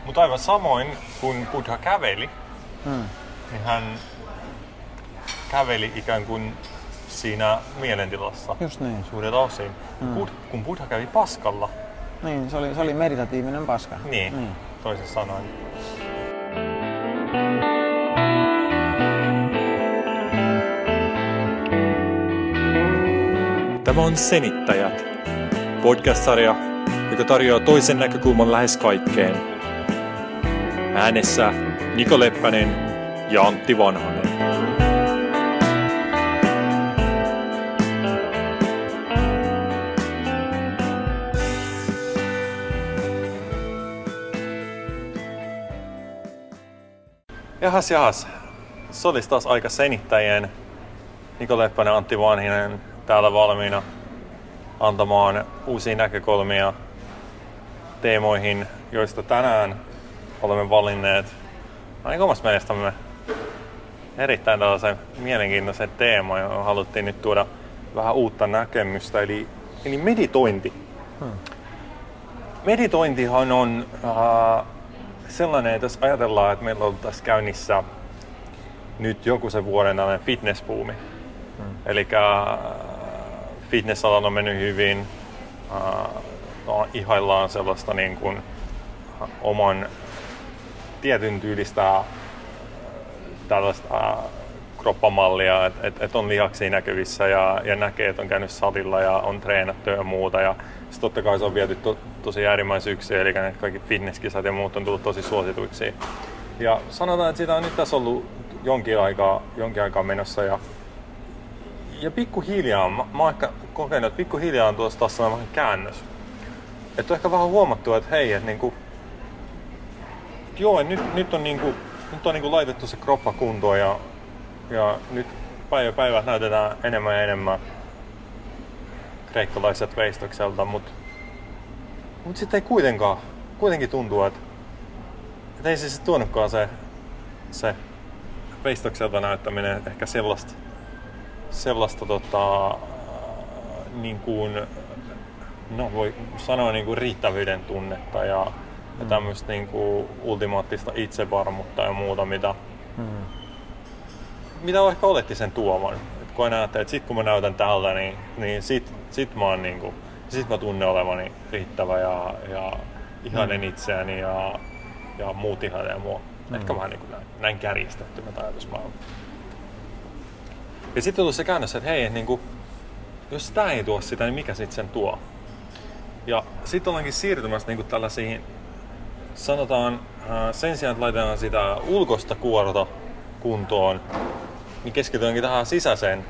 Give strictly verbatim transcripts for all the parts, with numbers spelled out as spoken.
Mutta aivan samoin, kun Buddha käveli, Hmm. niin hän käveli ikään kuin siinä mielentilassa. Just niin. Suurelta osin. Hmm. Bud- kun Buddha kävi paskalla. Niin, se oli, se oli meditatiivinen paska. Niin, niin. Toisin sanoen. Tämä on Senittäjät, podcast-sarja, joka tarjoaa toisen näkökulman lähes kaikkeen. Äänessä Niko Leppänen ja Antti Vanhanen. Jahas, jahas. Se olisi taas aika Senittäjien. Niko Leppänen ja Antti Vanhanen täällä valmiina antamaan uusia näkökulmia teemoihin, joista tänään olemme valinneet ainakin omasta mielestämme erittäin tällaisen mielenkiintoisen teeman, johon haluttiin nyt tuoda vähän uutta näkemystä, eli, eli meditointi. Hmm. Meditointihan on äh, sellainen, että jos ajatellaan, että meillä on tässä käynnissä nyt joku sen vuoden tällainen fitnessbuumi. Hmm. Eli äh, fitness-alalla on mennyt hyvin, äh, no, ihaillaan sellaista niin kuin oman tietyn tyylistä äh, tällaista äh, kroppamallia, että et, et on lihaksia näkyvissä ja, ja näkee, että on käynyt salilla ja on treenattu ja muuta. Ja sitten totta kai se on viety to, tosi äärimmäisyyksiä, eli ne kaikki fitnesskisat ja muut on tullut tosi suosituiksi. Ja sanotaan, että sitä on nyt tässä ollut jonkin aikaa, jonkin aikaa menossa. Ja, ja pikkuhiljaa, mä, mä oon ehkä kokenut, että pikkuhiljaa on tuossa taas vähän käännös. Että on ehkä vähän huomattu, että hei, että niinku, joo, nyt, nyt on, niinku, nyt on niinku laitettu se kroppa kuntoon ja, ja nyt päivä päivät näytetään enemmän ja enemmän kreikkalaiset veistokselta, mutta mut sitten ei kuitenkaan, kuitenkin tuntuu, että, että ei se sitten tuonutkaan se, se veistokselta näyttäminen ehkä sellaista, sellaista tota, niin kuin, no voi sanoa niin kuin riittävyyden tunnetta ja, mm. ja tämmöistä niin kuin ultimaattista itsevarmuutta ja muuta, mitä, mm. mitä on ehkä oletti sen tuovan. Et kun aina ajattelee, että sit kun mä näytän tältä, niin, niin sit, sit, mä, niin kuin, sit mä tunnen olevani riittävä ja, ja ihailen mm. itseäni ja, ja muut ihailee mua. Mm. Ehkä vähän niin kuin näin, näin kärjistettynä ajatusmaailma. Ja sitten on tullut se käännös, että hei, niin kuin, jos tää ei tuo sitä, niin mikä sitten sen tuo? Ja sitten ollaankin siirtymässä niin kuin tällaisiin, sanotaan, sen sijaan, että laitetaan sitä ulkoista kuorta kuntoon, niin keskitytäänkin tähän sisäiseen,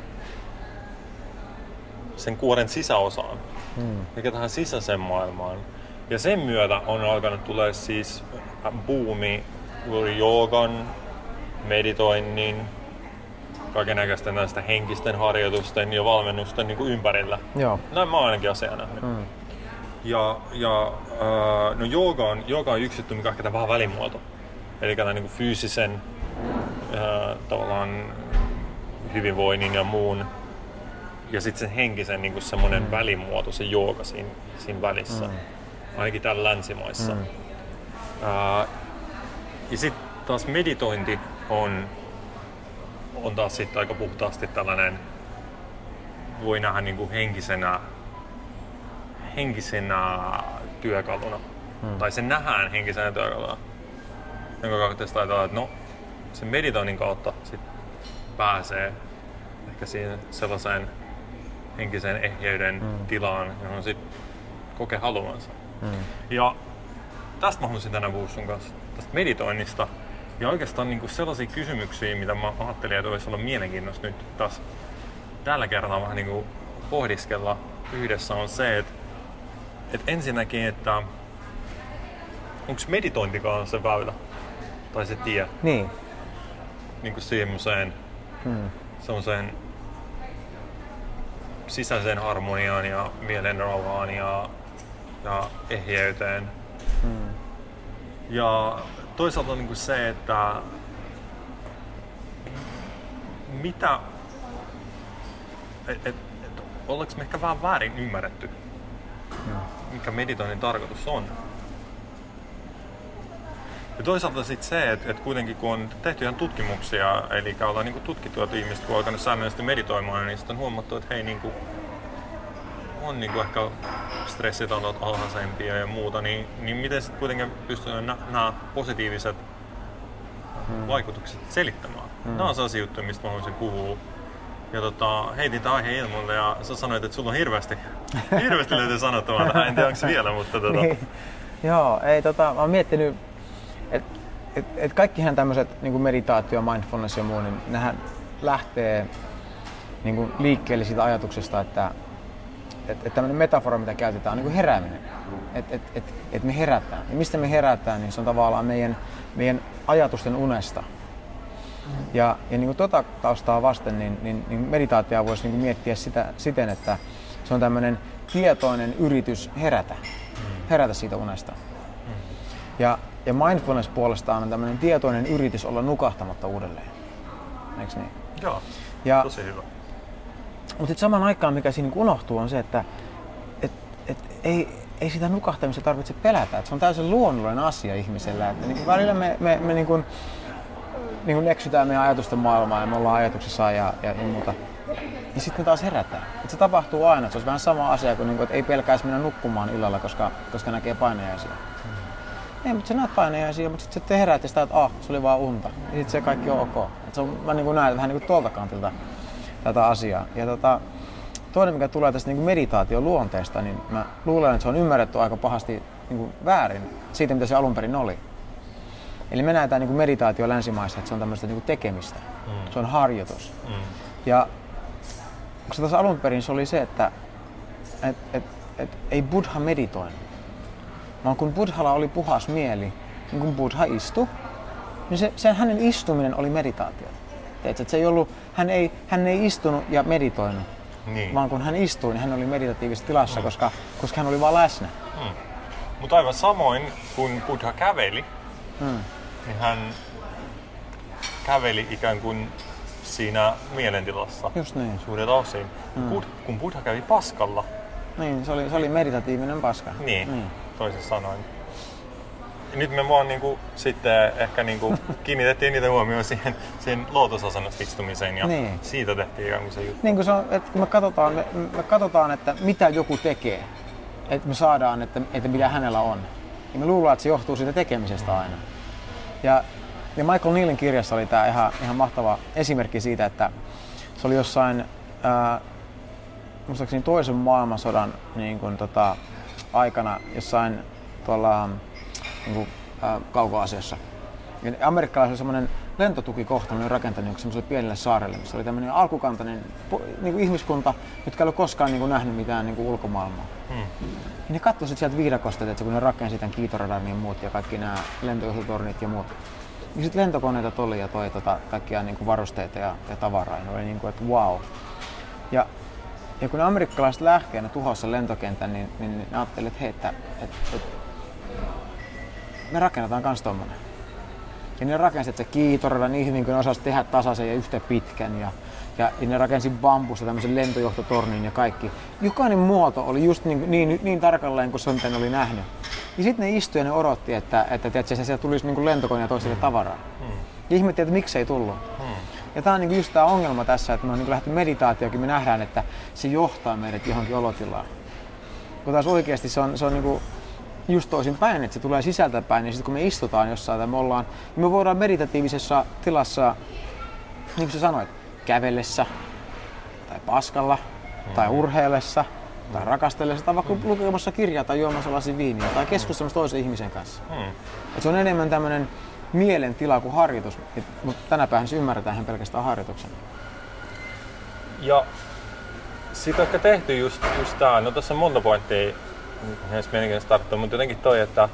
sen kuoren sisäosaan, hmm. eli tähän sisäiseen maailmaan. Ja sen myötä on alkanut tulee siis buumi juuri joogan, meditoinnin, kaikennäköisten näistä henkisten harjoitusten ja valmennusten niin kuin ympärillä. Joo. Näin mä oon ainakin asiaa nähnyt. Hmm. Ja, ja äh, no jooga on, jooga on yksi juttu, mikä on ehkä vähän välimuoto. Eli tämän niin kuin fyysisen äh, tavallaan hyvinvoinnin ja muun. Ja sitten sen henkisen niin kuin semmoinen hmm. välimuoto, se jooga siinä, siinä välissä. Hmm. Ainakin täällä länsimaissa. Hmm. Äh, ja sitten taas meditointi on on taas sitten aika puhtaasti tällainen, voi nähdä niin kuin henkisenä, henkisenä työkaluna. Hmm. Tai se nähdään henkisenä työkaluna. Jonka kautta sitten ajatellaan, että no, sen meditoinnin kautta sit pääsee ehkä siihen sellaiseen henkisen ehjeyden hmm. tilaan, johon sitten kokee haluamansa. Hmm. Ja tästä mä haluaisin tänään puhua sun kanssa, tästä meditoinnista. Ja oikeastaan niin kuin sellaisia kysymyksiä, mitä mä ajattelin, että olisi olla mielenkiintoista nyt taas tällä kertaa vähän niin kuin pohdiskella yhdessä, on se, että, että ensinnäkin, että onko meditointikaan se väylä tai se tie niin. Niin kuin semmoiseen, hmm. semmoiseen sisäiseen harmoniaan ja mielen rauhaan ja, ja ehjeyteen. Hmm. Ja toisaalta on niin se, että mitä, et, et, et, ollaanko me ehkä vähän väärin ymmärretty, hmm. mikä meditoinnin tarkoitus on. Ja toisaalta sitten se, että, että kuitenkin kun on tehty ihan tutkimuksia, eli ollaan niin tutkittu, että ihmiset kun on alkanut säännöllisesti meditoimaan, niin sitten on huomattu, että hei, niin kuin, on niin kuin ehkä stressitalot alhaisempia ja muuta, niin, niin miten sitten kuitenkin pystyy nämä positiiviset hmm. vaikutukset selittämään? Hmm. Nämä on sellaisia juttuja, mistä mä haluaisin puhua. Ja tota, heitin tämän aiheen ilmoille ja sä sanoit, että sulla on hirveästi, hirveästi löytyy sanottavaa tähän. En tiedä, onko se vielä, mutta tota... niin. Joo, ei tota, mä oon miettinyt, että et, et kaikkihan tämmöiset niin meditaatio, mindfulness ja muu, niin nehän lähtee niin kuin liikkeelle siitä ajatuksesta, että et, et tämmöinen metafora, mitä käytetään, on niin kuin herääminen. Että et, et, et me herätään. Ja mistä me herätään, niin se on tavallaan meidän, meidän ajatusten unesta. Ja, ja niin kuin tota taustaa vasten, niin, niin, niin meditaatioa voisi niin kuin miettiä sitä, siten, että se on tämmöinen tietoinen yritys herätä, herätä siitä unesta. Ja, ja mindfulness puolestaan on tämmöinen tietoinen yritys olla nukahtamatta uudelleen. Eiks niin? Joo, ja, tosi hyvä. Mutta sitten samaan aikaan, mikä siinä unohtuu, on se, että et, et ei, ei sitä nukahtamista tarvitse pelätä. Et se on täysin luonnollinen asia ihmisellä. Että niin välillä me, me, me niin kuin, niin kuin eksytään meidän ajatusten maailmaa ja me ollaan ajatuksissa ja, ja, ja muuta. Ja sitten me taas herätään. Et se tapahtuu aina. Se olisi vähän sama asia kuin, että ei pelkäisi mennä nukkumaan illalla, koska, koska näkee painajaisia. Hmm. Ei, mutta sä näet painajaisia, mutta sitten sä heräät ja sitä, että ah, se oli vaan unta. Ja sitten se kaikki on ok. Et se on, mä niin kuin näen vähän niin kuin tuolta kantilta tätä asiaa. Ja tota, toinen, mikä tulee tästä niin kuin meditaation luonteesta, niin mä luulen, että se on ymmärretty aika pahasti niin kuin väärin siitä, mitä se alun perin oli. Eli me näetään niin kuin meditaatio länsimaissa, että se on tämmöistä niin kuin tekemistä. Mm. Se on harjoitus. Mm. Ja se tässä alun perin se oli se, että et, et, et, ei Buddha meditoinut. Vaan kun Buddhalla oli puhas mieli, niin kun Buddha istui, niin se, se hänen istuminen oli meditaatio. Teetkö, että se ei ollut, hän, ei, hän ei istunut ja meditoinut, niin. Vaan kun hän istui, niin hän oli meditatiivisessa tilassa, mm. koska, koska hän oli vaan läsnä. Mm. Mutta aivan samoin, kun Buddha käveli, mm. niin hän käveli ikään kuin siinä mielentilassa. Just niin. Suurelta osin. Mm. Kun Buddha kävi paskalla. Niin, se oli, se oli meditatiivinen paska. Niin, niin. Toisin sanoen. Ja nyt me vaan niinku sitten ehkä niinku kiinnitettiin niitä huomioon siihen, siihen lootusasennosta istumiseen ja niin. Siitä tehtiin ikään kuin se juttu. Niin kuin se on, että kun me katsotaan, me, me katsotaan, että mitä joku tekee, että me saadaan, että, että mitä hänellä on. Ja me luullaan, että se johtuu siitä tekemisestä aina. Ja, ja Michael Neillin kirjassa oli tää ihan, ihan mahtava esimerkki siitä, että se oli jossain ää, muistaakseni toisen maailmansodan niin kuin, tota, aikana jossain tuolla niin kuin, ää, Kauko-Aasiassa. Ja amerikkalaisilla oli semmoinen lentotukikohta, ne oli rakentanut semmoiselle pienelle saarelle, missä oli tämmöinen alkukantainen niin kuin ihmiskunta, jotka ei ollut koskaan niin kuin, nähnyt mitään niin kuin ulkomaailmaa. Hmm. Ja ne katsoivat sieltä viidakosta, että kun ne rakensi tämän kiitoradan ja muut ja kaikki nämä lentojohtotornit ja muut. Ja sitten lentokoneita tuli ja toi tota, kaikkia niin kuin varusteita ja, ja tavaraa. Ja ne oli niin kuin, että wow. Ja, ja kun ne amerikkalaiset lähti ja ne tuhosi sen lentokentän, niin, niin ne ajattelivat, että hei, että, että, että me rakennetaan kans tommonen. Ja ne rakensivat se kiitoradan niin hyvin, kun ne osasivat tehdä tasaisen ja yhtä pitkän. Ja, ja, ja ne rakensi bambusta tämmöisen lentojohtotornin ja kaikki. Jokainen muoto oli just niin, niin, niin tarkalleen kuin sen oli nähnyt. Ja sitten ne istui ja ne odotti, että, että, että sieltä tulisi niin lentokone ja toisille tavaraa. Hmm. Ja ihmetti, että miksi ei tullut. Hmm. Ja tämä on niin just tämä ongelma tässä, että me on niin lähdetty meditaatioonkin, me nähdään, että se johtaa meidät johonkin olotilaan. Kun taas oikeasti se on, se on niin just toisin päin, että se tulee sisältä päin, ja sitten kun me istutaan jossain tai me ollaan, niin me voidaan meditatiivisessa tilassa, niin kuin sä sanoit, kävellessä, tai paskalla, hmm. tai urheillessa, tai rakastellessa, tai vaikka mm. lukemassa kirjaa tai juomassa lasin viiniä, tai keskustelemassa toisen ihmisen kanssa. Mm. Et se on enemmän tämmöinen mielentila kuin harjoitus, mutta tänä päivänä se ymmärretään ihan pelkästään harjoituksena. Ja sit on ehkä tehty just, just tää, no tässä on monta pointtia, ei edes mielenkiintoista tarttua, mutta jotenkin toi, että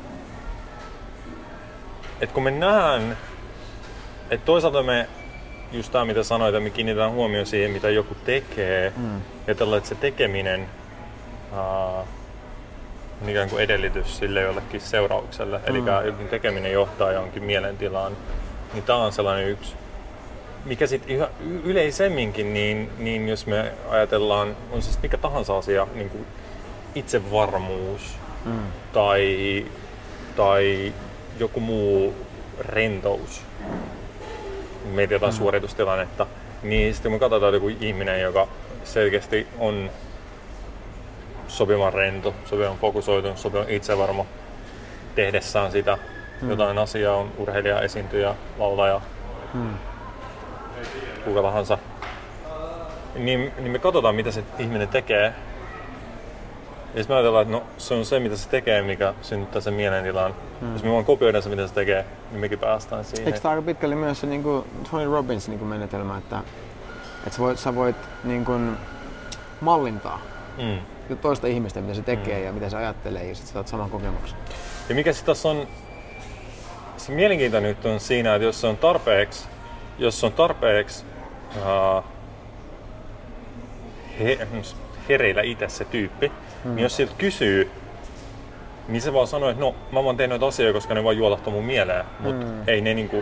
et kun me nähdään, että toisaalta me just tämä, mitä sanoit, että me kiinnitetään huomioon siihen, mitä joku tekee, mm. ja tällä, että se tekeminen uh, on ikään kuin edellytys sille jollekin seuraukselle, mm. eli jokin tekeminen johtaa johonkin mielentilaan, niin tämä on sellainen yksi, mikä sitten yleisemminkin, niin, niin jos me ajatellaan, on siis mikä tahansa asia, niin kuin itsevarmuus mm. tai, tai joku muu rentous, mietitään jotain mm. suoritustilannetta, niin sitten me katsotaan joku ihminen, joka selkeästi on sopivan rento, sopivan fokusoitunut, sopivan itsevarma tehdessään sitä mm. jotain asiaa, on urheilija, esiintyjä, laulaja, mm. kuka tahansa. Niin, niin me katsotaan, mitä se ihminen tekee. Ja sitten me ajatellaan, että no, se on se, mitä se tekee, mikä synnyttää sen mielentilan. Hmm. Jos me vaan kopioidaan se, mitä se tekee, niin mekin päästään siihen. Eikö tämä aika pitkälle myös se niin kuin Tony Robbins niin kuin menetelmä, että, että sä voit, sä voit niin kuin mallintaa hmm. toista ihmistä, mitä se tekee hmm. ja mitä se ajattelee, ja sitten saat saman kokemuksen. Ja mikä sitten tässä on, se mielenkiintoinen nyt on siinä, että jos se on tarpeeksi, jos se on tarpeeksi uh, he, hereillä itse se tyyppi, mm. niin jos siltä kysyy, niin se vaan sanoo, että no, mä vaan teen noita asioita, koska ne vaan juolahtaa mun mieleen, mutta mm. ei ne niinku,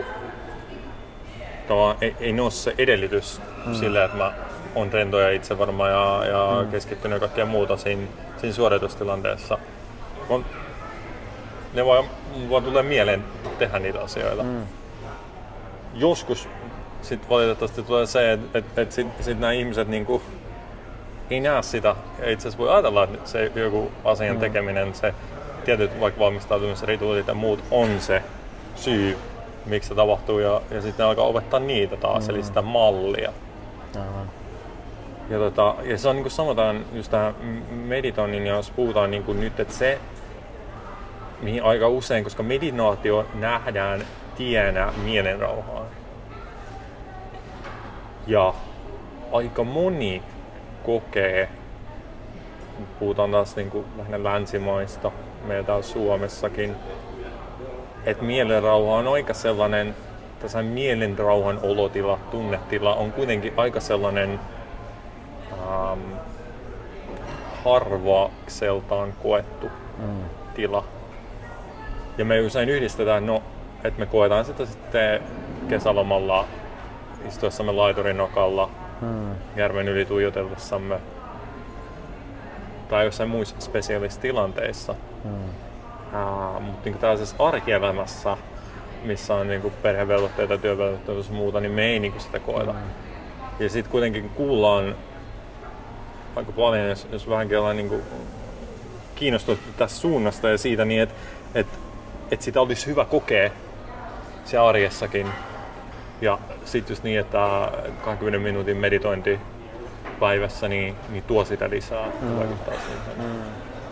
ei, ei ne ole se edellytys mm. sille, että mä oon rento ja itsevarma ja, ja mm. keskittynyt ja kaikkea muuta siinä, siinä suoritustilanteessa. On, ne vaan, vaan tulee mieleen tehdä niitä asioita. Mm. Joskus sit valitettavasti tulee se, että et, et sit, sit nämä ihmiset niinku ei näe sitä. Ja itse asiassa voi ajatella, että se joku asian tekeminen, se tietyt vaikka valmistautumisrituaalit ja muut on se syy, miksi se tapahtuu. Ja, ja sitten alkaa opettaa niitä taas, mm. eli sitä mallia. Aivan. Ja, tota, ja se on niin kuin sanotaan just tähän meditoinnin, jos puhutaan niin kuin nyt, että se, mihin aika usein, koska meditaatio nähdään tienä mielenrauhaan. Ja aika moni kokee, puhutaan taas niin kuin lähinnä länsimaista, meillä täällä Suomessakin, että mielenrauha on aika sellainen, tässä mielenrauhan olotila, tunnetila on kuitenkin aika sellainen ähm, harvakseltaan koettu mm. tila. Ja me usein yhdistetään, no, että me koetaan sitä sitten kesälomalla istuessamme laiturin nokalla, hmm. järven yli tuijotellessamme tai jossain muissa spesiaalissa tilanteissa. Hmm. Uh, mutta niin tällaisessa arkielämässä, missä on niin perhevelvoitteita, työvelvoitteita ja muuta, niin me ei niin sitä koeta. Hmm. Ja sitten kuitenkin kuullaan aika paljon, jos, jos vähänkin ollaan niin kiinnostunut tästä suunnasta ja siitä, niin että et, et sitä olisi hyvä kokea siellä arjessakin. Ja sitten just niin, että kaksikymmentä minuutin meditointi päivässä niin, niin tuo sitä lisää mm. vaikuttaa siihen. Mm.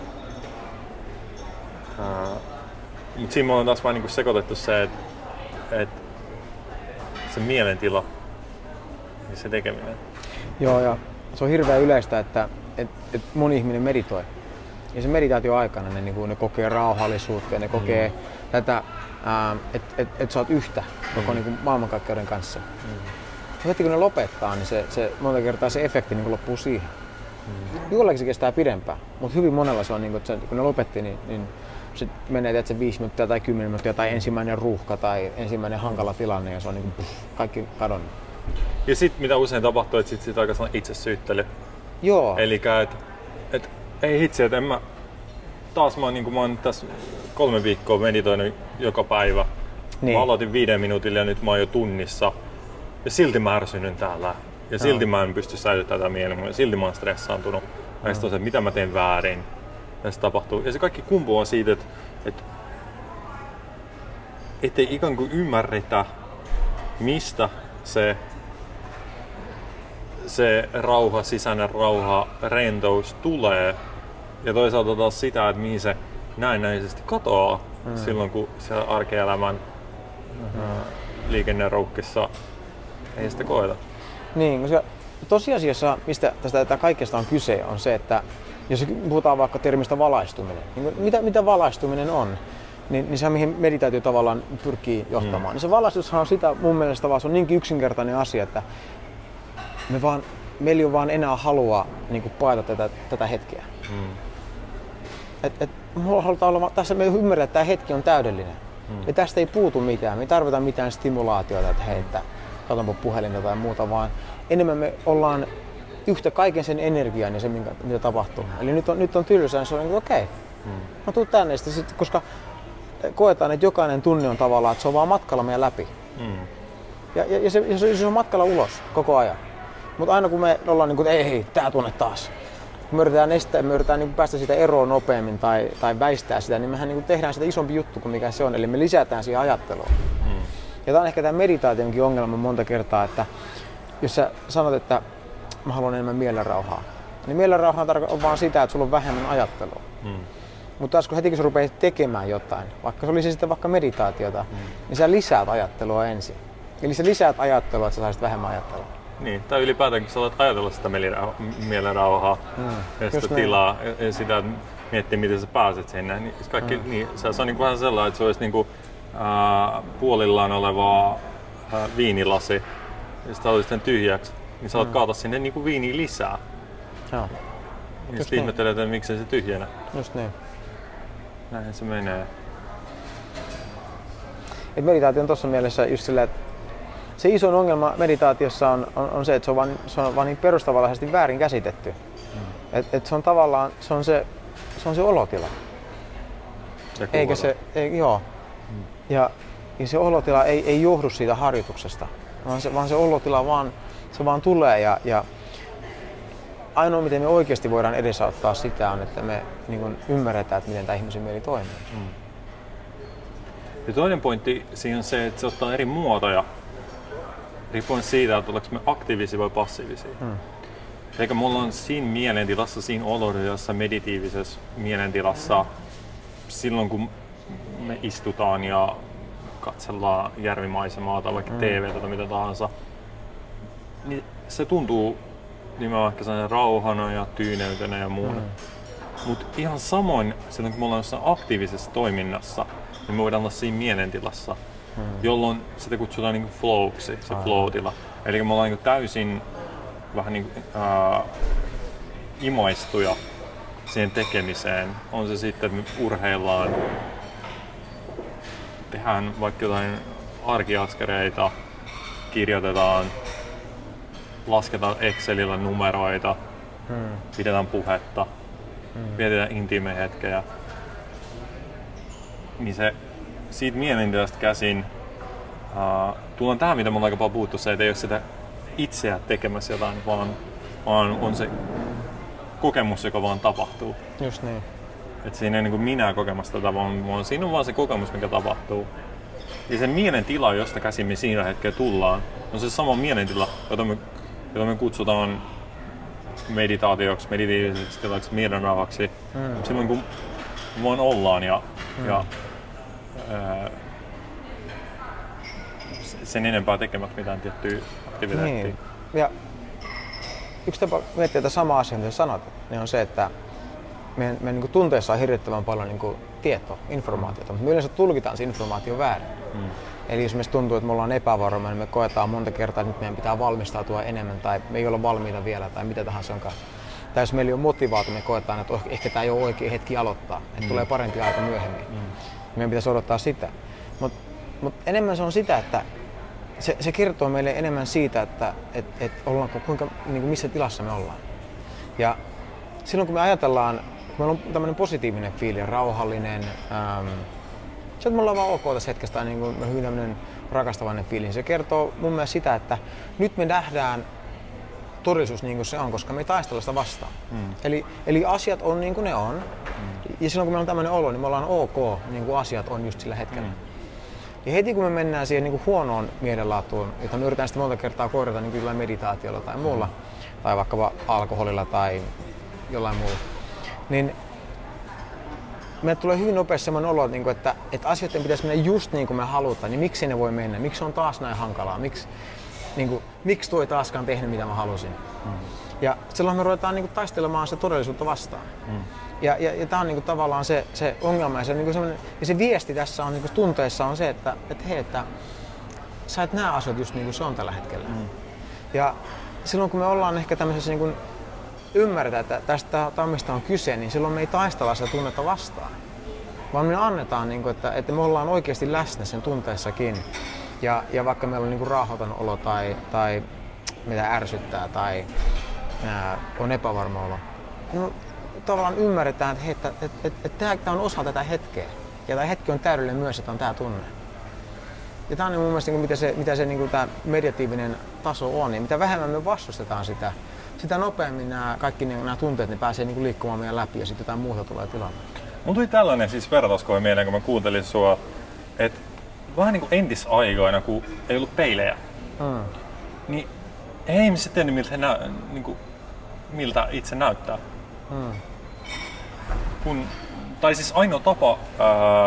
Uh, mutta siinä me on taas vain niinku sekoitettu se, että et se mielentila ja se tekeminen. Joo, ja se on hirveän yleistä, että et, et moni ihminen meditoi. Ja se meditaatio aikana ne, niin ne kokee rauhallisuutta ja ne kokee mm. tätä, että et, et sä oot yhtä koko mm. niin maailmankaikkeuden kanssa. Mm. Heti kun ne lopettaa, niin se, se monta kertaa se efekti niin loppuu siihen. Mm. Jollakin se kestää pidempään, mutta hyvin monella se on, niin että kun ne lopetti, niin, niin se menee se viisi minuuttia tai kymmenen minuuttia tai ensimmäinen ruuhka tai ensimmäinen hankala tilanne ja se on niin kuin, puff, kaikki kadonnut. Ja sitten mitä usein tapahtuu, että sitten sit aika sellainen itsesyyttely. Joo. Elikkä että et, ei hitsi, että en mä taas mä oon, niin mä oon tässä kolme viikkoa meditoinut joka päivä. Niin. Mä aloitin viiden minuutilla ja nyt mä oon jo tunnissa. Ja silti mä ärsynyn täällä. Ja silti no. mä en pysty säilyttämään tätä mieltä. Ja silti mä oon stressaantunut. No. Ja sitten on se, että mitä mä teen väärin. Ja se tapahtuu. Ja se kaikki kumpuaa siitä, että et, ettei ikään kuin ymmärretä, mistä se, se rauha, sisäinen rauha, rentous tulee. Ja toisaalta taas sitä, että mihin se näennäisesti katoaa mm. silloin, kun siellä arkielämän mm-hmm. liikenneroukkissa ei sitä koeta. Niin, koska tosiasiassa, mistä tästä kaikesta on kyse, on se, että jos puhutaan vaikka termistä valaistuminen, niin mitä, mitä valaistuminen on, niin, niin se mihin meditaatio tavallaan pyrkii johtamaan. Mm. Niin se valaistushan on sitä mun mielestä vaan, se on niinkin yksinkertainen asia, että me vaan, meillä ei ole vaan enää halua niin kuin paeta tätä, tätä hetkeä. Mm. Et, et, mulla halutaan olla, tässä me ymmärretään, että tämä hetki on täydellinen. Mm. Ja tästä ei puutu mitään, me ei tarvita mitään stimulaatiota, että hei, että katsonpa puhelinta tai muuta, vaan enemmän me ollaan yhtä kaiken sen energian ja se, mitä tapahtuu. Eli nyt on, nyt on tylsää, niin se on niin okei, okay. mm. mä tuun tänne, sit, koska koetaan, että jokainen tunne on tavallaan, että se on vaan matkalla meidän läpi. Mm. Ja, ja, ja, se, ja se on matkalla ulos koko ajan. Mutta aina kun me ollaan niin kuin, ei hei, tää tunne taas. Kun me yritetään estää, me yritetään niin kuin päästä siitä eroon nopeammin tai, tai väistää sitä, niin mehän niin kuin tehdään sitä isompi juttu kuin mikä se on. Eli me lisätään siihen ajatteluun. Mm. Ja tää on ehkä tämä meditaationkin ongelma monta kertaa, että jos sä sanot, että mä haluan enemmän mielenrauhaa, niin mielenrauha on vaan sitä, että sulla on vähemmän ajattelua. Mm. Mutta taas kun heti kun sä rupeat tekemään jotain, vaikka se olisi sitten vaikka meditaatiota, mm. niin sä lisäät ajattelua ensin. Eli sä lisäät ajattelua, että sä saisit vähemmän ajattelua. Niin, tai ylipäätään kun sä alat ajatella sitä mielenrauhaa mm. ja sitä Just tilaa niin. ja sitä miettiä, miten sä pääset sinne, niin kaikki, mm. niin, se on niin vähän sellainen, että se olisi niin kuin, äh, puolillaan oleva äh, viinilasi ja sitä olisi sitten tyhjäksi, niin sä alat mm. kaata sinne niin kuin viiniä lisää. Joo. Ja sitten ihmettelee, että miksei se tyhjänä. Just niin. Näin se menee. Et meditaatio on tuossa mielessä just silleen, että se iso ongelma meditaatiossa on, on, on se, että se on vaan, se on vaan niin perustavanlaisesti väärin käsitetty. Mm. Et, et se on tavallaan se, on se, se, on se olotila. Se Eikä se, ei, joo. Mm. Ja, ja se olotila ei, ei johdu siitä harjoituksesta, vaan se, vaan se olotila vaan, se vaan tulee. Ja, ja ainoa, miten me oikeasti voidaan edesauttaa sitä, on, että me niin kun ymmärretään, että miten tämä ihmisen mieli toimii. Mm. Ja toinen pointti siinä on se, että se ottaa eri muotoja, riippuen siitä, että ollaanko me aktiivisia vai passiivisia. Hmm. Eikä mulla on siinä mielentilassa, siinä olotilassa, meditiivisessa mielentilassa, silloin kun me istutaan ja katsellaan järvimaisemaa tai vaikka hmm. T V:tä tai mitä tahansa, niin se tuntuu nimenomaan ehkä sellainen rauhana ja tyyneytenä ja muuna. Hmm. Mutta ihan samoin silloin kun me ollaan jossain aktiivisessa toiminnassa, niin me voidaan olla siinä mielentilassa, hmm. jolloin sitä kutsutaan niinku flowksi, se flow-tila. Eli me ollaan niinku täysin vähän niinku, äh, imaistuja siihen tekemiseen. On se sitten, että me urheillaan, tehdään vaikka jotain arkiaskereita, kirjoitetaan, lasketaan Excelillä numeroita, hmm. pidetään puhetta, hmm. vietetään intiimejä hetkejä. Niin se siitä mielentilasta käsin uh, tullaan tähän, mitä me ollaan aika paljon puhuttu, se, että ei ole sitä itseä tekemässä jotain, vaan, vaan on se kokemus, joka vaan tapahtuu. Just niin. Et siinä ei niin kuin minä kokemassa tätä, vaan, vaan siinä on vaan se kokemus, mikä tapahtuu. Ja se mielentila, josta käsin me siinä hetkellä tullaan, on se sama mielentila, jota me, jota me kutsutaan meditaatioksi, meditiiviseksi tilaksi, mielenrauhaksi. Mm. Silloin kun vaan ollaan ja, mm. ja ää, sen enempää tekemättä mitään tiettyä aktiviteettia. Niin. Ja yksi tapa miettiä tätä samaa asiaa, mitä sanot, niin on se, että meidän, meidän niin tunteissa on hirvittävän paljon niin tietoa, informaatiota, mutta me yleensä tulkitaan se informaatio väärin. Mm. Eli jos meistä tuntuu, että me ollaan epävarma, niin me koetaan monta kertaa, että nyt meidän pitää valmistautua enemmän tai me ei olla valmiita vielä tai mitä tahansa onkaan. Tai jos meillä on motivaatio, me koetaan, että ehkä tämä ei ole oikea hetki aloittaa, että mm. tulee parempi aika myöhemmin. Mm. Meidän pitäisi odottaa sitä. Mutta mut enemmän se on sitä, että se, se kertoo meille enemmän siitä, että et, et ollaanko, kuinka, niin kuin missä tilassa me ollaan. Ja silloin kun me ajatellaan, kun meillä on tämmöinen positiivinen fiili, rauhallinen, ähm, se, että me ollaan vaan ok tässä hetkestä, niin kuin hyvin tämmöinen rakastavainen fiili, niin se kertoo mun mielestä sitä, että nyt me nähdään todellisuus niin kuin se on, koska me ei taistella sitä vastaan. Mm. Eli, eli asiat on niin kuin ne on. Mm. Ja silloin kun meillä on tämmöinen olo, niin me ollaan ok, niin kuin asiat on just sillä hetkellä. Mm. Ja heti kun me mennään siihen niin kuin huonoon mielenlaatuun, jota me yritetään sitä monta kertaa korjata niin kuin meditaatiolla tai muulla, mm. tai vaikkapa alkoholilla tai jollain muulla, niin meille tulee hyvin nopeasti sellainen olo, että, että asioiden pitäisi mennä just niin kuin me halutaan, niin miksi ne voi mennä? Miksi on taas näin hankalaa? Miksi, niin kuin, miksi tuo ei taaskaan tehnyt mitä mä halusin? Mm. Ja silloin me ruvetaan niin kuin, taistelemaan sitä todellisuutta vastaan. Mm. Ja, ja, ja tämä on niin kuin, tavallaan se, se ongelma ja se, niin kuin ja se viesti tässä on niin kuin, tunteissa on se, että, että hei, että sä et näe asiat just niin kuin se on tällä hetkellä. Mm. Ja silloin kun me ollaan ehkä tämmöisessä niin kuin, ymmärretään, että tästä tammista on kyse, niin silloin me ei taistella sitä tunnetta vastaan. Vaan me annetaan, niin kuin, että, että me ollaan oikeasti läsnä sen tunteessakin. Ja, ja vaikka meillä on niin kuin raahoton olo tai, tai mitä ärsyttää tai ää, on epävarma olo, no, tavallaan ymmärretään, että, hei, että, että, että, että tämä on osa tätä hetkeä. Ja tämä hetki on täydellinen myös, että on tämä tunne. Ja tämä on mun mielestä, mitä se, mitä se niin tämä mediatiivinen taso on. Ja mitä vähemmän me vastustetaan sitä, sitä nopeammin nämä kaikki nämä tunteet ne pääsee niin liikkumaan meidän läpi ja sitten jotain muuta tulee tilalle. Mun tuli tällainen siis vertauskoe mieleen, kun mä kuuntelin sua, että vähän niin kuin entisaikoina, kun ei ollut peilejä, mm. niin ei ihmiset tiennyt, miltä, nä- niin kuin, miltä itse näyttää. Mm. Kun, tai siis ainoa tapa ää,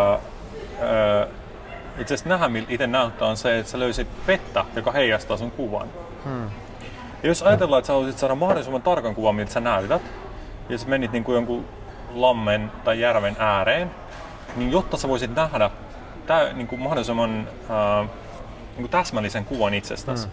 ää, itse asiassa nähdä, miltä itse näyttää, on se, että sä löysit vettä, joka heijastaa sun kuvan. Mm. Ja jos ajatellaan, että sä haluaisit saada mahdollisimman tarkan kuvan, miltä sä näytät, ja sä menit niin kuin jonkun lammen tai järven ääreen, niin jotta sä voisit nähdä tä, niin kuin mahdollisimman ää, niin kuin täsmällisen kuvan itsestäsi, mm.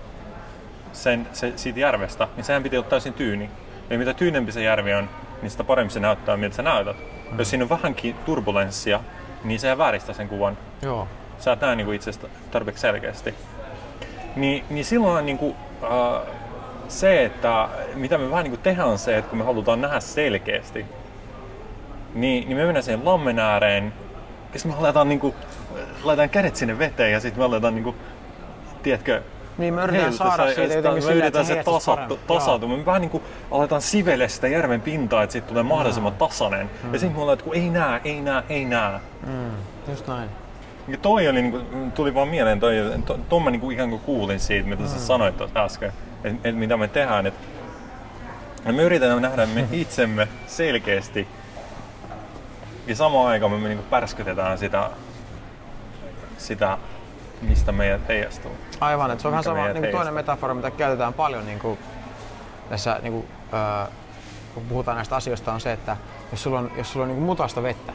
sen, se, siitä järvestä, niin sehän piti olla täysin tyyni. Eli mitä tyynempi se järvi on, niin sitä paremmin se näyttää, miltä sä näytät. Mm. Jos siinä on vähänkin turbulenssia, niin se vääristää sen kuvan. Joo. Sä et näe niin kuin itsestä tarpeeksi selkeästi. Ni, niin silloin niin kuin, äh, se, että mitä me vähän niin kuin tehdään on se, että kun me halutaan nähdä selkeästi, niin, niin me mennään siihen lammen ääreen, ja sitten me aletaan, niin kuin, laitetaan kädet sinne veteen ja sitten me aletaan, niin kuin, tiedätkö, niin me yritetään saada siitä jotenkin me sillä, yritetään että se tasattu, tasautua. Me vähän niin kuin aletaan sivelee sitä järven pintaa, että siitä tulee mahdollisimman tasainen. Mm. Ja sitten me ollaan, että kun ei näe, ei näe, ei näe. Mm. Just näin. Ja toi oli, niin kuin, tuli vaan mieleen, toi, to, to mä niin kuin ikään kuin kuulin siitä, mitä mm. sä sanoit äsken, että et mitä me tehdään. Et, me yritetään nähdä me itsemme selkeästi ja samaan aikaan me, me niin kuin pärskytetään sitä, sitä, mistä meidät heijastuu. Aivan, että se on vähän sama niin toinen metafora, mitä käytetään paljon niin kuin tässä, niin kuin, äh, kun puhutaan näistä asioista, on se, että jos sulla on, jos sulla on niin kuin mutasta vettä,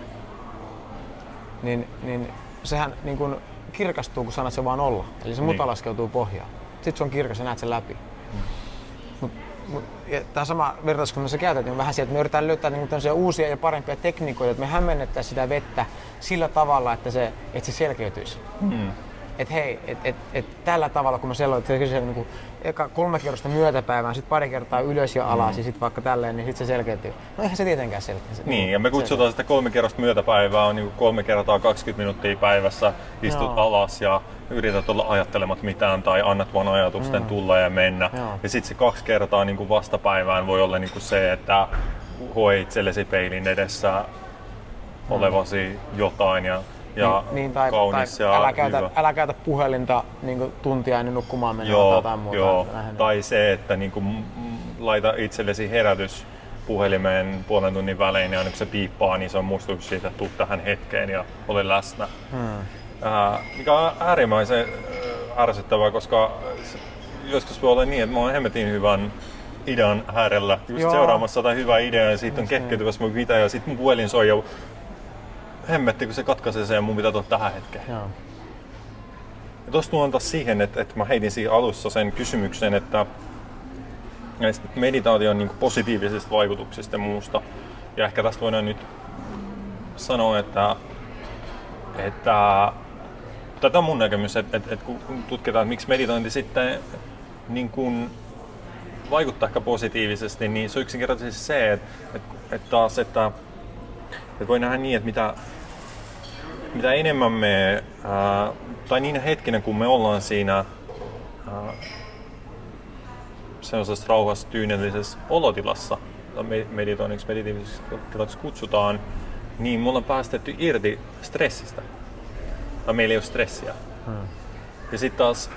niin, niin sehän niin kuin kirkastuu, kun sanat se vaan olla. Eli se muta niin laskeutuu pohjaan. Sitten se on kirkas ja näet sen läpi. Mm. Mut, mut, tämä sama vertaus, kun me se käytetään, on vähän sieltä, että me yritetään löytää niin kuin uusia ja parempia tekniikoita, että me hämmennettäisiin sitä vettä sillä tavalla, että se, että se selkeytyisi. Mm. Että hei, et, et, et tällä tavalla, kun mä selloin, että se niin eka kolme kerrosta myötäpäivään, sitten pari kertaa ylös ja alas mm. ja sitten vaikka tälleen, niin sitten se selkeytyy. No eihän se tietenkään selkeä. Niin, ja me kutsutaan sitä kolme kerrosta myötäpäivää, on niin kolme kertaa kaksikymmentä minuuttia päivässä, istut no. alas ja yrität olla ajattelemat mitään tai annat vaan ajatusten mm. tulla ja mennä. Joo. Ja sitten se kaksi kertaa niin kuin vastapäivään voi olla niin kuin se, että hoi itsellesi peilin edessä mm. olevasi jotain. Ja Ja niin, niin, tai, kaunis tai ja älä, käytä, älä käytä puhelinta niin tuntia ennen nukkumaan mennä joo, tai jotain muuta. Joo. Tai se, että niin kuin, laita itsellesi herätys puhelimeen puolen tunnin välein ja aina kun se piippaa, niin se on muistutus siitä, että tuu tähän hetkeen ja ole läsnä. Hmm. Äh, mikä on äärimmäisen ärsyttävää, koska joskus voi olla niin, että mä oon hemmetin hyvän idean äärellä, just joo. seuraamassa jotain hyvää ideaa ja siitä on kehkeytyvässä mun pitää ja sit mun puhelin soi ja hemmetti, kun se katkaisee sen ja mun pitää tulla tähän hetkeen. Joo. Ja tosta tuon taas siihen, että, että mä heitin siinä alussa sen kysymyksen, että meditaation niin kuin positiivisista vaikutuksista ja muusta. Ja ehkä tästä voidaan nyt sanoa, että, että tätä on mun näkemys, että, että, että kun tutkitaan, että miksi meditointi sitten niin kuin vaikuttaa ehkä positiivisesti, niin se on yksinkertaisesti se, että, että, että taas, että, että voi nähdä niin, että mitä mitä enemmän me, ää, tai niinä hetkinä kun me ollaan siinä ää, sellaisessa rauhassa tyynellisessä olotilassa, tai meditoinniksi, meditiiviseksi tilaksi kutsutaan, niin me ollaan päästetty irti stressistä. Tai meillä ei ole stressiä. Hmm. Ja sitten taas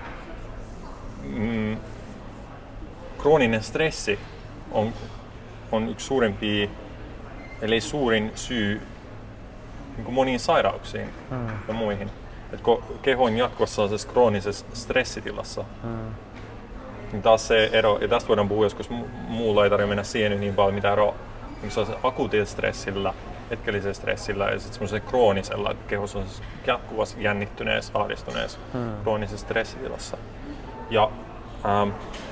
mm, krooninen stressi on, on yksi suurimpia, eli suurin syy niin kuin moniin sairauksiin mm. ja muihin. Et kun keho on jatkuvassa kroonisessa stressitilassa, mm. niin taas se ero, ja tästä voidaan puhua joskus muulla, ei tarvitse mennä siihen niin paljon mitä ero niin se on akuutilla stressillä, hetkellisellä stressillä ja sitten semmoisella kroonisella, että kehossa on jatkuvassa jännittyneessä, ahdistuneessa, mm. kroonisessa stressitilassa. Ja ähm,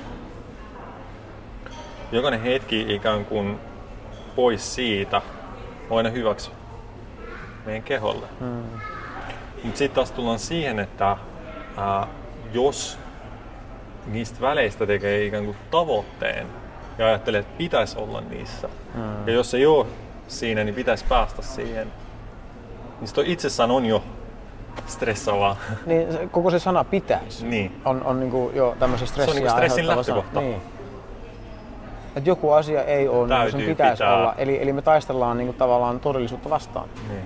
jokainen hetki ikään kuin pois siitä on aina hyväksi meidän keholle. Mm. Mutta sitten taas tullaan siihen, että ää, jos niistä väleistä tekee ikään kuin tavoitteen ja ajattelee, että pitäisi olla niissä, mm. ja jos ei ole siinä, niin pitäisi päästä siihen, Niin se itsessään on jo stressaavaa. Niin, koko se sana pitäisi niin. on, on niinku jo tämmöisen stressiä se on niinku stressin lähtökohta. Niin. Että joku asia ei ole niin kuin sen pitäisi pitää. olla. Eli, eli me taistellaan niinku tavallaan todellisuutta vastaan. Niin.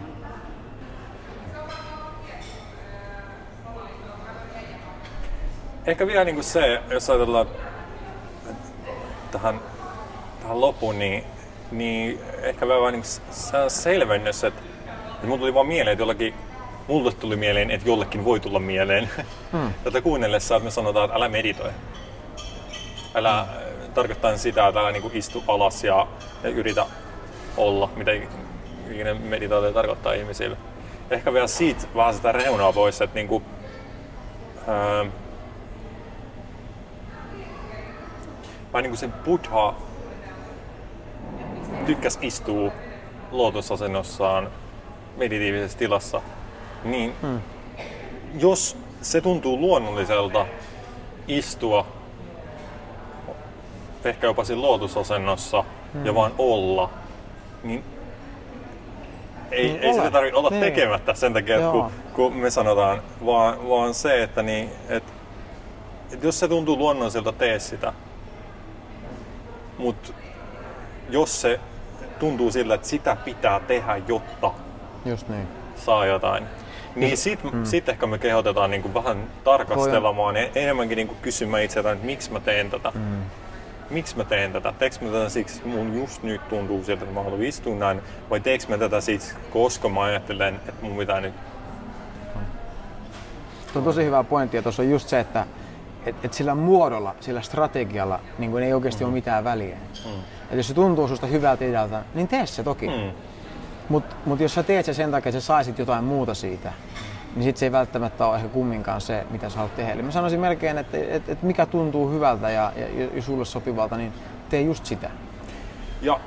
Ehkä vielä niinku se, jos ajatellaan tähän, tähän loppuun, niin, niin ehkä vähän niinku selvennys, että, että mulla tuli vaan mieleen, että jollakin, mulle tuli mieleen, että jollekin voi tulla mieleen. Hmm. Tätä kuunnellessa, että me sanotaan, että älä meditoi. Älä hmm. tarkoittaa sitä, että älä niinku istu alas ja, ja yritä olla, mitä ikinä meditaatio tarkoittaa ihmisille. Ehkä vielä siitä vähän sitä reunaa pois, että niinku, ää, vai niin kuin se Buddha tykkäs istua lootusasennossaan meditiivisessa tilassa, niin hmm. jos se tuntuu luonnolliselta istua ehkä jopa siinä lootusasennossa hmm. ja vaan olla, niin ei, niin ei sitä tarvitse olla niin. tekemättä sen takia, että kun, kun me sanotaan, vaan, vaan se, että, niin, että, että jos se tuntuu luonnolliselta, tee sitä. Mutta jos se tuntuu sillä, että sitä pitää tehdä, jotta Just niin. saa jotain, niin sitten mm. sit ehkä me kehotetaan niinku vähän tarkastelemaan ja enemmänkin niinku kysymään itseltään, että miksi mä teen tätä. Mm. Miksi mä teen tätä? Teekö mä tätä siksi, että mun just nyt tuntuu siltä, että mä haluan istua näin, vai teekö mä tätä siksi, koska mä ajattelen, että mun pitää nyt... Tuo on tosi hyvä pointti ja tuossa on just se, että et, et sillä muodolla, sillä strategialla niin kun ei oikeasti mm. ole mitään väliä. Mm. Et jos se tuntuu susta hyvältä idealta, niin tee se toki. Mm. Mutta mut jos sä teet se sen takia, että sä saisit jotain muuta siitä, niin sit se ei välttämättä ole ehkä kumminkaan se, mitä sä haluat tehdä. Eli mä sanoisin melkein, että et, et mikä tuntuu hyvältä ja, ja, ja sulle sopivalta, niin tee just sitä. Ja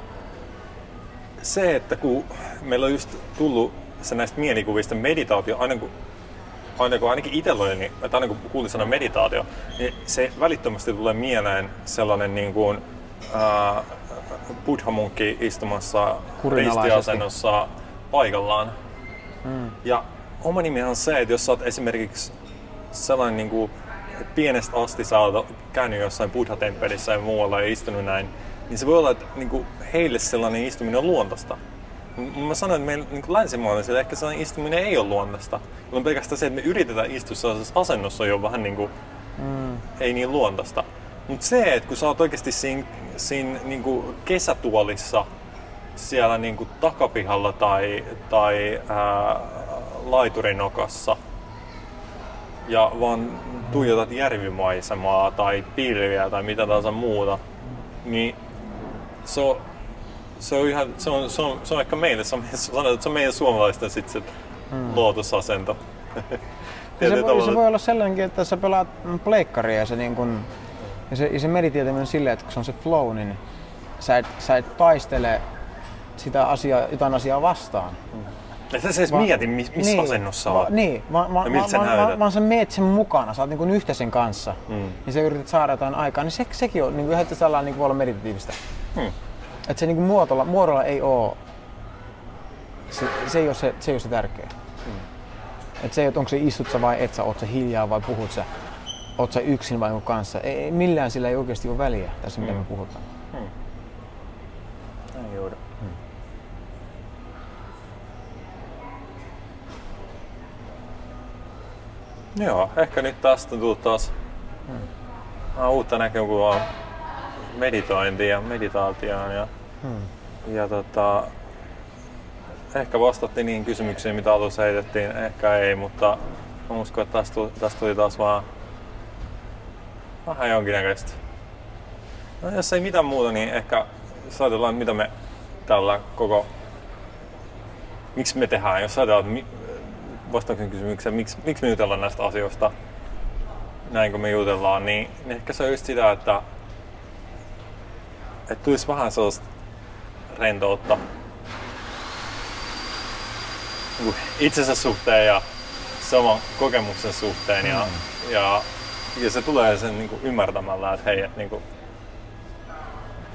se, että kun meillä on just tullut se näistä mielikuvista meditaatio, aina kun, aina kun ainakin itsellä oli, niin, että aina kun kuulin sanan meditaatio, niin se välittömästi tulee mieleen sellainen niin kuin, ää, buddha-munkki istumassa ristiasennossa paikallaan. Hmm. Ja oma nimi on se, että jos sä oot esimerkiksi sellainen niin kuin, pienestä asti sä oot käynyt jossain buddha-temppelissä ja muualla ja istunut näin, niin se voi olla, että niin kuin, heille sellainen istuminen on luontaista. Mä sanoin, että meillä niin länsimaalaisille ehkä sellainen istuminen ei ole luontaista. On pelkästään se, että me yritetään istua sellaisessa asennossa jo vähän niin kuin, mm. ei niin luontaista. Mutta se, että kun sä oot oikeasti siinä, siinä niin kuin kesätuolissa siellä niin kuin takapihalla tai, tai ää, laiturinokassa ja vaan tuijotat järvimaisemaa tai pilviä tai mitä tahansa muuta, niin se on, se on, ihan, se on, se on, se on ehkä meille, se on, se on, se on meidän suomalaisten sit se hmm. lootusasento. se, voi, se voi olla sellainenkin, että sä pelaat pleikkaria ja se, niin kun, ja se, ja se meditaatio on silleen, että kun se on se flow, niin sä et, sä et taistele sitä asiaa, jotain asiaa vastaan. Hmm. Et sä edes mieti, missä niin, asennossa olet. Niin, vaan ma, ma, ma, ma, sä meet sen mukana, sä oot niin yhtä sen kanssa, mm. niin sä yrität saada jotain aikaa, niin se, sekin on niin yhtä sellainen niin voi olla meditatiivista. Mm. Että se niin muodolla, muodolla ei oo, se, se, ei ole se, se ei ole se tärkeä. Mm. Että se, että onko se istut sä vai et sä, oot sä hiljaa vai puhut sä, oot sä yksin vai jonkun kanssa, ei, millään sillä ei oikeasti ole väliä tässä, mm. mitä me puhutaan. Mm. Näin juuri. Mm. Joo, ehkä nyt tästä on tullut taas hmm. uutta näkökulmaa meditointiin ja meditaatioon. Ja, hmm. ja tota, ehkä vastattiin niihin kysymyksiin, mitä alussa heitettiin, ehkä ei, mutta mä uskon, että tästä tuli, tästä tuli taas vaan vähän jonkinnäköistä. No, jos ei mitään muuta, niin ehkä jos ajatellaan, mitä me tällä koko, miksi me tehdään, jos ajatellaan, vastauksen kysymykseen, miksi, miksi me jutellaan näistä asioista näin kun me jutellaan, niin, niin ehkä se on just sitä, että, että tulisi vähän sellaista rentoutta itsensä suhteen ja saman kokemuksen suhteen ja, mm. ja, ja se tulee sen niin kuin ymmärtämällä, että hei, että niin kuin,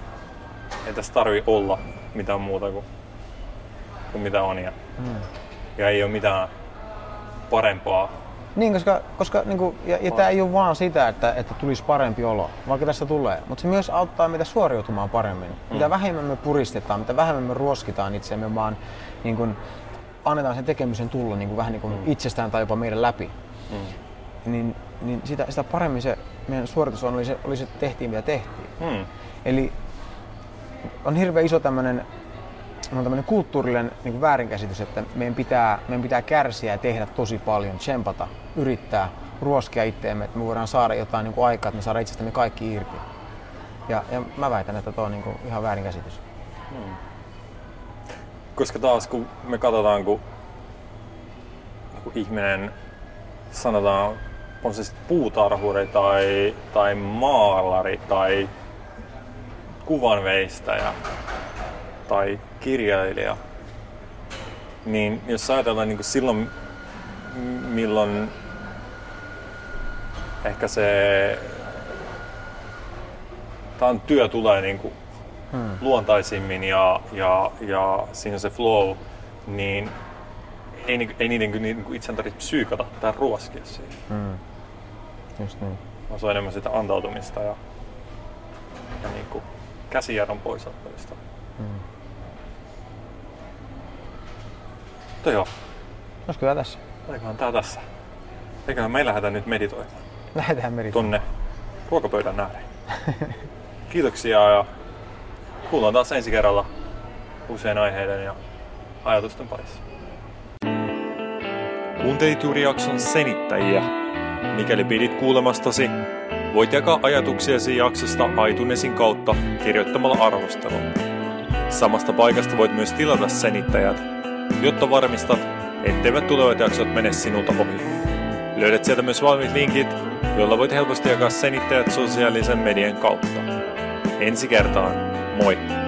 ei tässä tarvitse olla mitään muuta kuin, kuin mitä on. Ja, mm. ja ei ole mitään parempaa. Niin, koska, koska niin kuin, ja, ja tämä ei ole vaan sitä, että, että tulisi parempi olo, vaikka tässä tulee, mutta se myös auttaa meitä suoriutumaan paremmin. Mm. Mitä vähemmän me puristetaan, mitä vähemmän me ruoskitaan itseämme, vaan niin kuin, annetaan sen tekemisen tulla niin kuin, vähän niin kuin mm. itsestään tai jopa meidän läpi, mm. niin, niin sitä, sitä paremmin se meidän suoritus on, oli se, oli se tehtiin mitä tehtiin. Mm. Eli on hirveän iso tämmöinen on tämmöinen kulttuurillinen niin kuin väärinkäsitys, että meidän pitää, meidän pitää kärsiä ja tehdä tosi paljon, tsempata, yrittää, ruoskia itteemme, että me voidaan saada jotain niin kuin aikaa, että me saadaan itsestämme kaikki irti. Ja, ja mä väitän, että tuo on niin kuin ihan väärinkäsitys. Hmm. Koska taas kun me katsotaan, kun, kun ihminen, sanotaan, on se sitten puutarhuri tai, tai maalari tai kuvanveistäjä tai kirjailija, niin jos ajatellaan niin kuin silloin, milloin ehkä se tämän työ tulee niin kuin hmm. luontaisimmin ja, ja, ja siinä on se flow, niin ei, ei niiden niin kuin itseään tarvitse psyykata tai ruoskia siihen. Hmm. Just niin. Se on enemmän sitä antautumista ja, ja niin kuin käsijärron poisottamista. Hmm. Mutta joo. Olisiko tää tässä? Olikohan tää tässä? Eiköhän me lähdetään nyt meditoimaan. Lähdetään meditoimaan. Tonne ruokapöydän ääreen. Kiitoksia ja kuullaan taas ensi kerralla usein aiheiden ja ajatusten parissa. Kuuntelit juuri jakson Senittäjiä. Mikäli pidit kuulemastasi, voit jakaa ajatuksiasi jaksosta iTunesin kautta kirjoittamalla arvostelun. Samasta paikasta voit myös tilata Senittäjät, jotta varmistat, etteivät tulevat jaksot mene sinulta ohi. Löydät sieltä myös valmiit linkit, joilla voit helposti jakaa Senittäjät sosiaalisen median kautta. Ensi kertaan, moi!